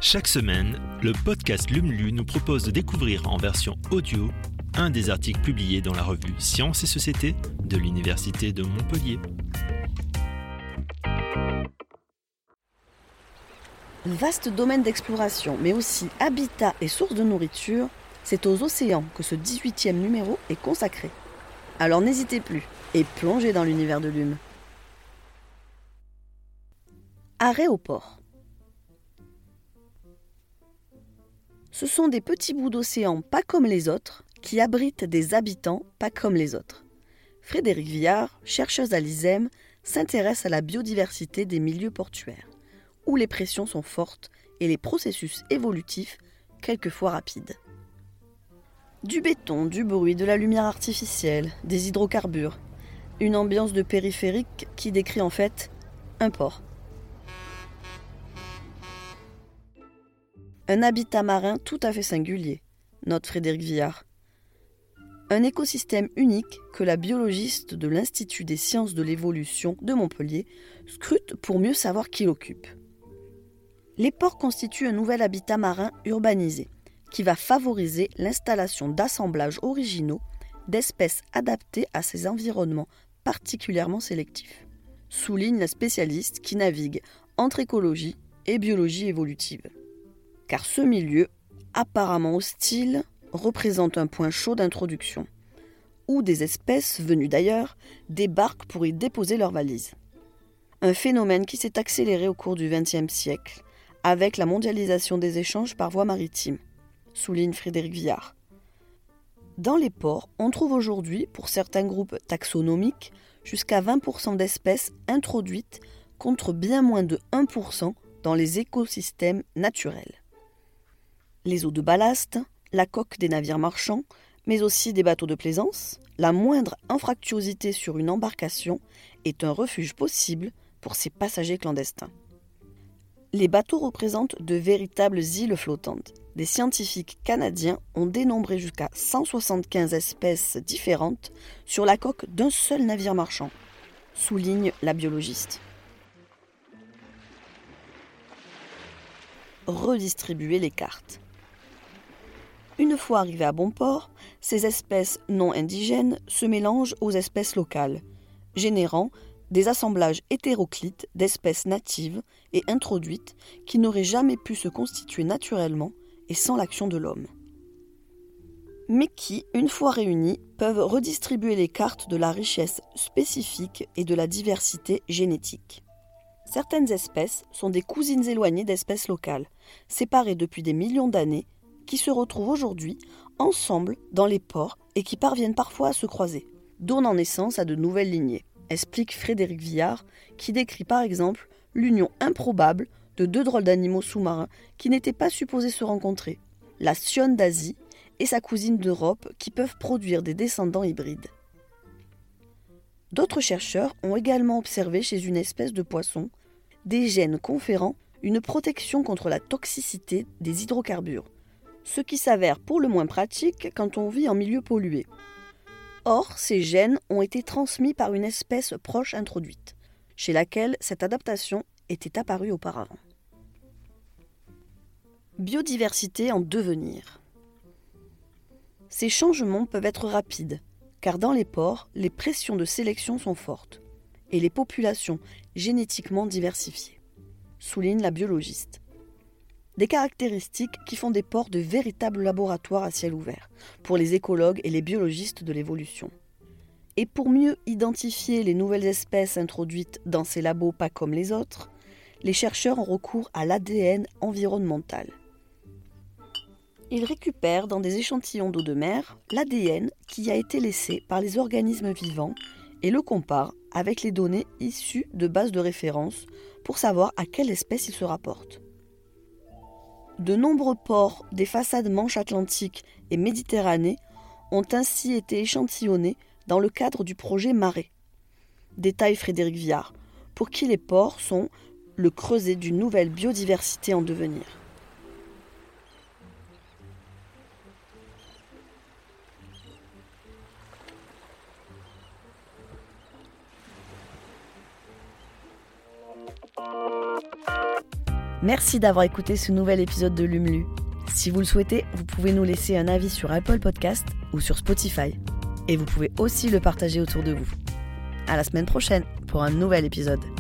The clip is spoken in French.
Chaque semaine, le podcast LUMLU nous propose de découvrir en version audio un des articles publiés dans la revue Sciences et Société de l'Université de Montpellier. Vaste domaine d'exploration, mais aussi habitat et source de nourriture, c'est aux océans que ce 18e numéro est consacré. Alors n'hésitez plus et plongez dans l'univers de l'UM. Arrêt au port. Ce sont des petits bouts d'océan pas comme les autres, qui abritent des habitants pas comme les autres. Frédérique Viard, chercheuse à l'ISEM, s'intéresse à la biodiversité des milieux portuaires, où les pressions sont fortes et les processus évolutifs quelquefois rapides. Du béton, du bruit, de la lumière artificielle, des hydrocarbures, une ambiance de périphérique qui décrit en fait un port. Un habitat marin tout à fait singulier, note Frédérique Viard. Un écosystème unique que la biologiste de l'Institut des sciences de l'évolution de Montpellier scrute pour mieux savoir qui l'occupe. Les ports constituent un nouvel habitat marin urbanisé qui va favoriser l'installation d'assemblages originaux d'espèces adaptées à ces environnements particulièrement sélectifs, souligne la spécialiste qui navigue entre écologie et biologie évolutive. Car ce milieu, apparemment hostile, représente un point chaud d'introduction, où des espèces venues d'ailleurs débarquent pour y déposer leurs valises. Un phénomène qui s'est accéléré au cours du XXe siècle, avec la mondialisation des échanges par voie maritime, souligne Frédérique Viard. Dans les ports, on trouve aujourd'hui, pour certains groupes taxonomiques, jusqu'à 20% d'espèces introduites contre bien moins de 1% dans les écosystèmes naturels. Les eaux de ballast, la coque des navires marchands, mais aussi des bateaux de plaisance, la moindre anfractuosité sur une embarcation est un refuge possible pour ces passagers clandestins. Les bateaux représentent de véritables îles flottantes. Des scientifiques canadiens ont dénombré jusqu'à 175 espèces différentes sur la coque d'un seul navire marchand, souligne la biologiste. Redistribuer les cartes. Une fois arrivées à bon port, ces espèces non indigènes se mélangent aux espèces locales, générant des assemblages hétéroclites d'espèces natives et introduites qui n'auraient jamais pu se constituer naturellement et sans l'action de l'homme. Mais qui, une fois réunies, peuvent redistribuer les cartes de la richesse spécifique et de la diversité génétique. Certaines espèces sont des cousines éloignées d'espèces locales, séparées depuis des millions d'années, qui se retrouvent aujourd'hui ensemble dans les ports et qui parviennent parfois à se croiser, donnant naissance à de nouvelles lignées, explique Frédérique Viard, qui décrit par exemple l'union improbable de deux drôles d'animaux sous-marins qui n'étaient pas supposés se rencontrer, la sionne d'Asie et sa cousine d'Europe qui peuvent produire des descendants hybrides. D'autres chercheurs ont également observé chez une espèce de poisson des gènes conférant une protection contre la toxicité des hydrocarbures, ce qui s'avère pour le moins pratique quand on vit en milieu pollué. Or, ces gènes ont été transmis par une espèce proche introduite, chez laquelle cette adaptation était apparue auparavant. Biodiversité en devenir. Ces changements peuvent être rapides, car dans les ports, les pressions de sélection sont fortes et les populations génétiquement diversifiées, souligne la biologiste. Des caractéristiques qui font des ports de véritables laboratoires à ciel ouvert pour les écologues et les biologistes de l'évolution. Et pour mieux identifier les nouvelles espèces introduites dans ces labos pas comme les autres, les chercheurs ont recours à l'ADN environnemental. Ils récupèrent dans des échantillons d'eau de mer l'ADN qui a été laissé par les organismes vivants et le comparent avec les données issues de bases de référence pour savoir à quelle espèce ils se rapportent. De nombreux ports des façades Manche Atlantique et Méditerranée ont ainsi été échantillonnés dans le cadre du projet Marais, détaille Frédérique Viard, pour qui les ports sont le creuset d'une nouvelle biodiversité en devenir. Merci d'avoir écouté ce nouvel épisode de Lumlu. Si vous le souhaitez, vous pouvez nous laisser un avis sur Apple Podcast ou sur Spotify. Et vous pouvez aussi le partager autour de vous. À la semaine prochaine pour un nouvel épisode.